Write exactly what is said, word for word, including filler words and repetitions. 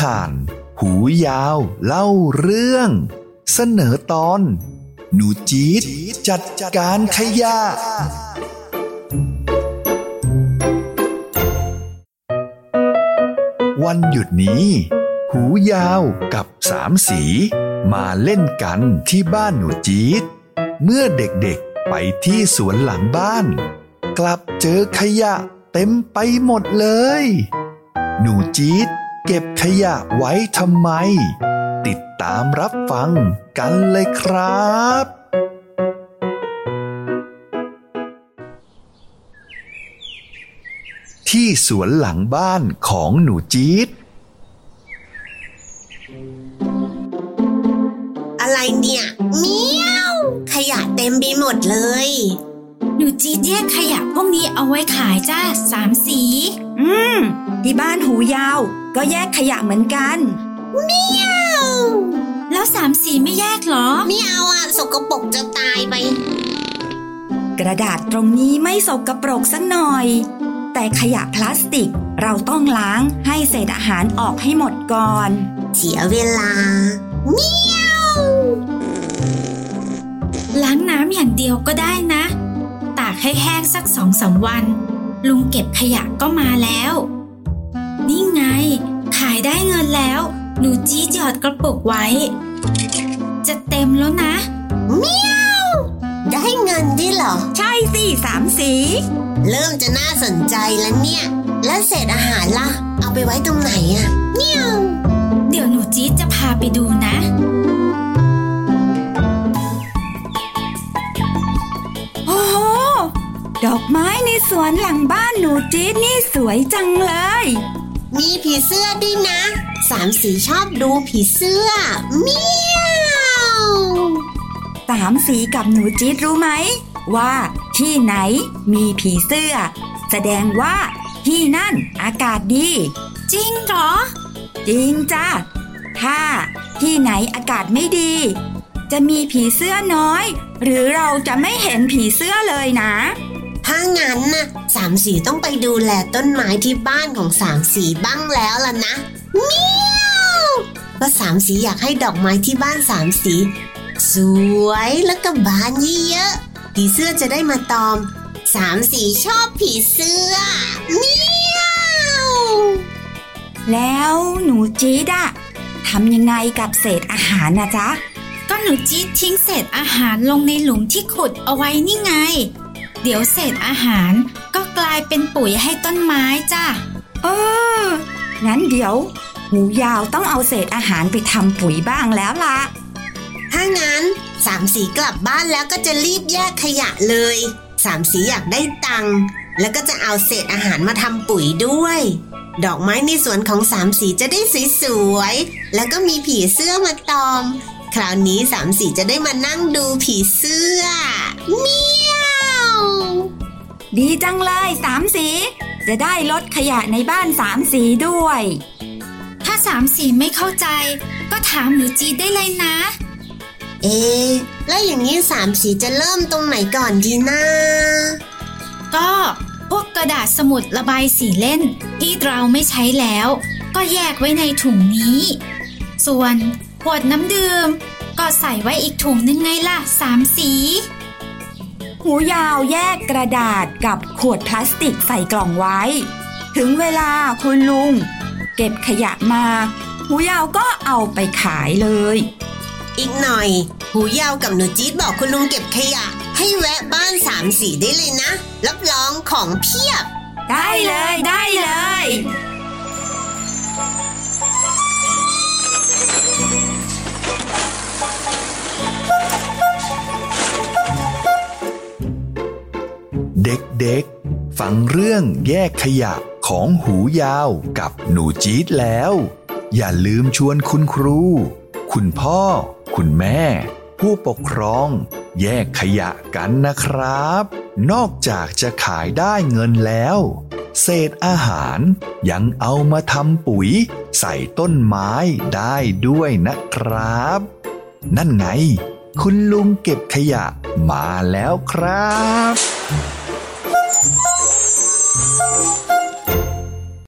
ข่านหูยาวเล่าเรื่องเสนอตอนหนูจี๊ดจัดการขยะวันหยุดนี้หูยาวกับสามสีมาเล่นกันที่บ้านหนูจี๊ดเมื่อเด็กๆไปที่สวนหลังบ้านกลับเจอขยะเต็มไปหมดเลยหนูจี๊ดเก็บขยะไว้ทำไมติดตามรับฟังกันเลยครับที่สวนหลังบ้านของหนูจี๊ดอะไรเนี่ยเมียวขยะเต็มไปหมดเลยหนูจี๊ดแยกขยะพวกนี้เอาไว้ขายจ้าสามสีอืมที่บ้านหูยาวก็แยกขยะเหมือนกันเมียวแล้วสามสีไม่แยกหรอไม่เอาอ่ะสกปรกจะตายไปกระดาษตรงนี้ไม่สกปรกสักหน่อยแต่ขยะพลาสติกเราต้องล้างให้เศษอาหารออกให้หมดก่อนเสียเวลาเมียวล้างน้ำอย่างเดียวก็ได้นะตากให้แห้งสักสองสามวันลุงเก็บขยะก็มาแล้วนี่ไงขายได้เงินแล้วหนูจี๊ดหยอดกระปุกไว้จะเต็มแล้วนะเมียวได้เงินดิเหรอใช่สิสามสีเริ่มจะน่าสนใจแล้วเนี่ยแล้วเศษอาหารล่ะเอาไปไว้ตรงไหนอ่ะเมียวเดี๋ยวหนูจี๊ดจะพาไปดูนะโอ้โหดอกไม้ในสวนหลังบ้านหนูจี๊ดนี่สวยจังเลยมีผีเสื้อด้วยนะสามสีชอบดูผีเสื้อเมียวสามสีกับหนูจี๊ดรู้ไหมว่าที่ไหนมีผีเสื้อแสดงว่าที่นั่นอากาศดีจริงเหรอจริงจ้ะถ้าที่ไหนอากาศไม่ดีจะมีผีเสื้อน้อยหรือเราจะไม่เห็นผีเสื้อเลยนะถ้างั้นนะสามสีต้องไปดูแลต้นไม้ที่บ้านของสามสีบ้างแล้วล่ะนะเมียวเพราะสามสีอยากให้ดอกไม้ที่บ้านสามสีสวยแล้วก็บานเยอะๆผีเสื้อจะได้มาตอมสามสีชอบผีเสื้อเมียวแล้วหนูจี๊ดอะทำยังไงกับเศษอาหารนะจ๊ะก็หนูจี๊ดทิ้งเศษอาหารลงในหลุมที่ขุดเอาไว้นี่ไงเดี๋ยวเศษอาหารก็กลายเป็นปุ๋ยให้ต้นไม้จ้ะเอองั้นเดี๋ยวหูยาวต้องเอาเศษอาหารไปทำปุ๋ยบ้างแล้วล่ะถ้างั้นสามสีกลับบ้านแล้วก็จะรีบแยกขยะเลยสามสีอยากได้ตังค์แล้วก็จะเอาเศษอาหารมาทำปุ๋ยด้วยดอกไม้ในสวนของสามสีจะได้สวยๆแล้วก็มีผีเสื้อมาตอมคราวนี้สามสีจะได้มานั่งดูผีเสื้อเมียวดีจังเลยสามสีจะได้ลดขยะในบ้านสามสีด้วยถ้าสามสีไม่เข้าใจก็ถามหนูจี๊ดได้เลยนะเอ๊ะแล้วอย่างนี้สามสีจะเริ่มตรงไหนก่อนดีนะก็พวกกระดาษสมุดระบายสีเล่นที่เราไม่ใช้แล้วก็แยกไว้ในถุงนี้ส่วนขวดน้ำดื่มก็ใส่ไว้อีกถุงนึงไงล่ะสามสีหูยาวแยกกระดาษกับขวดพลาสติกใส่กล่องไว้ถึงเวลาคุณลุงเก็บขยะมาหูยาวก็เอาไปขายเลยอีกหน่อยหูยาวกับหนูจี๊ดบอกคุณลุงเก็บขยะให้แวะบ้านสามสีได้เลยนะรับรองของเพียบได้เลยได้เลยเด็กๆฟังเรื่องแยกขยะของหูยาวกับหนูจี๊ดแล้วอย่าลืมชวนคุณครูคุณพ่อคุณแม่ผู้ปกครองแยกขยะกันนะครับนอกจากจะขายได้เงินแล้วเศษอาหารยังเอามาทำปุ๋ยใส่ต้นไม้ได้ด้วยนะครับนั่นไงคุณลุงเก็บขยะมาแล้วครับ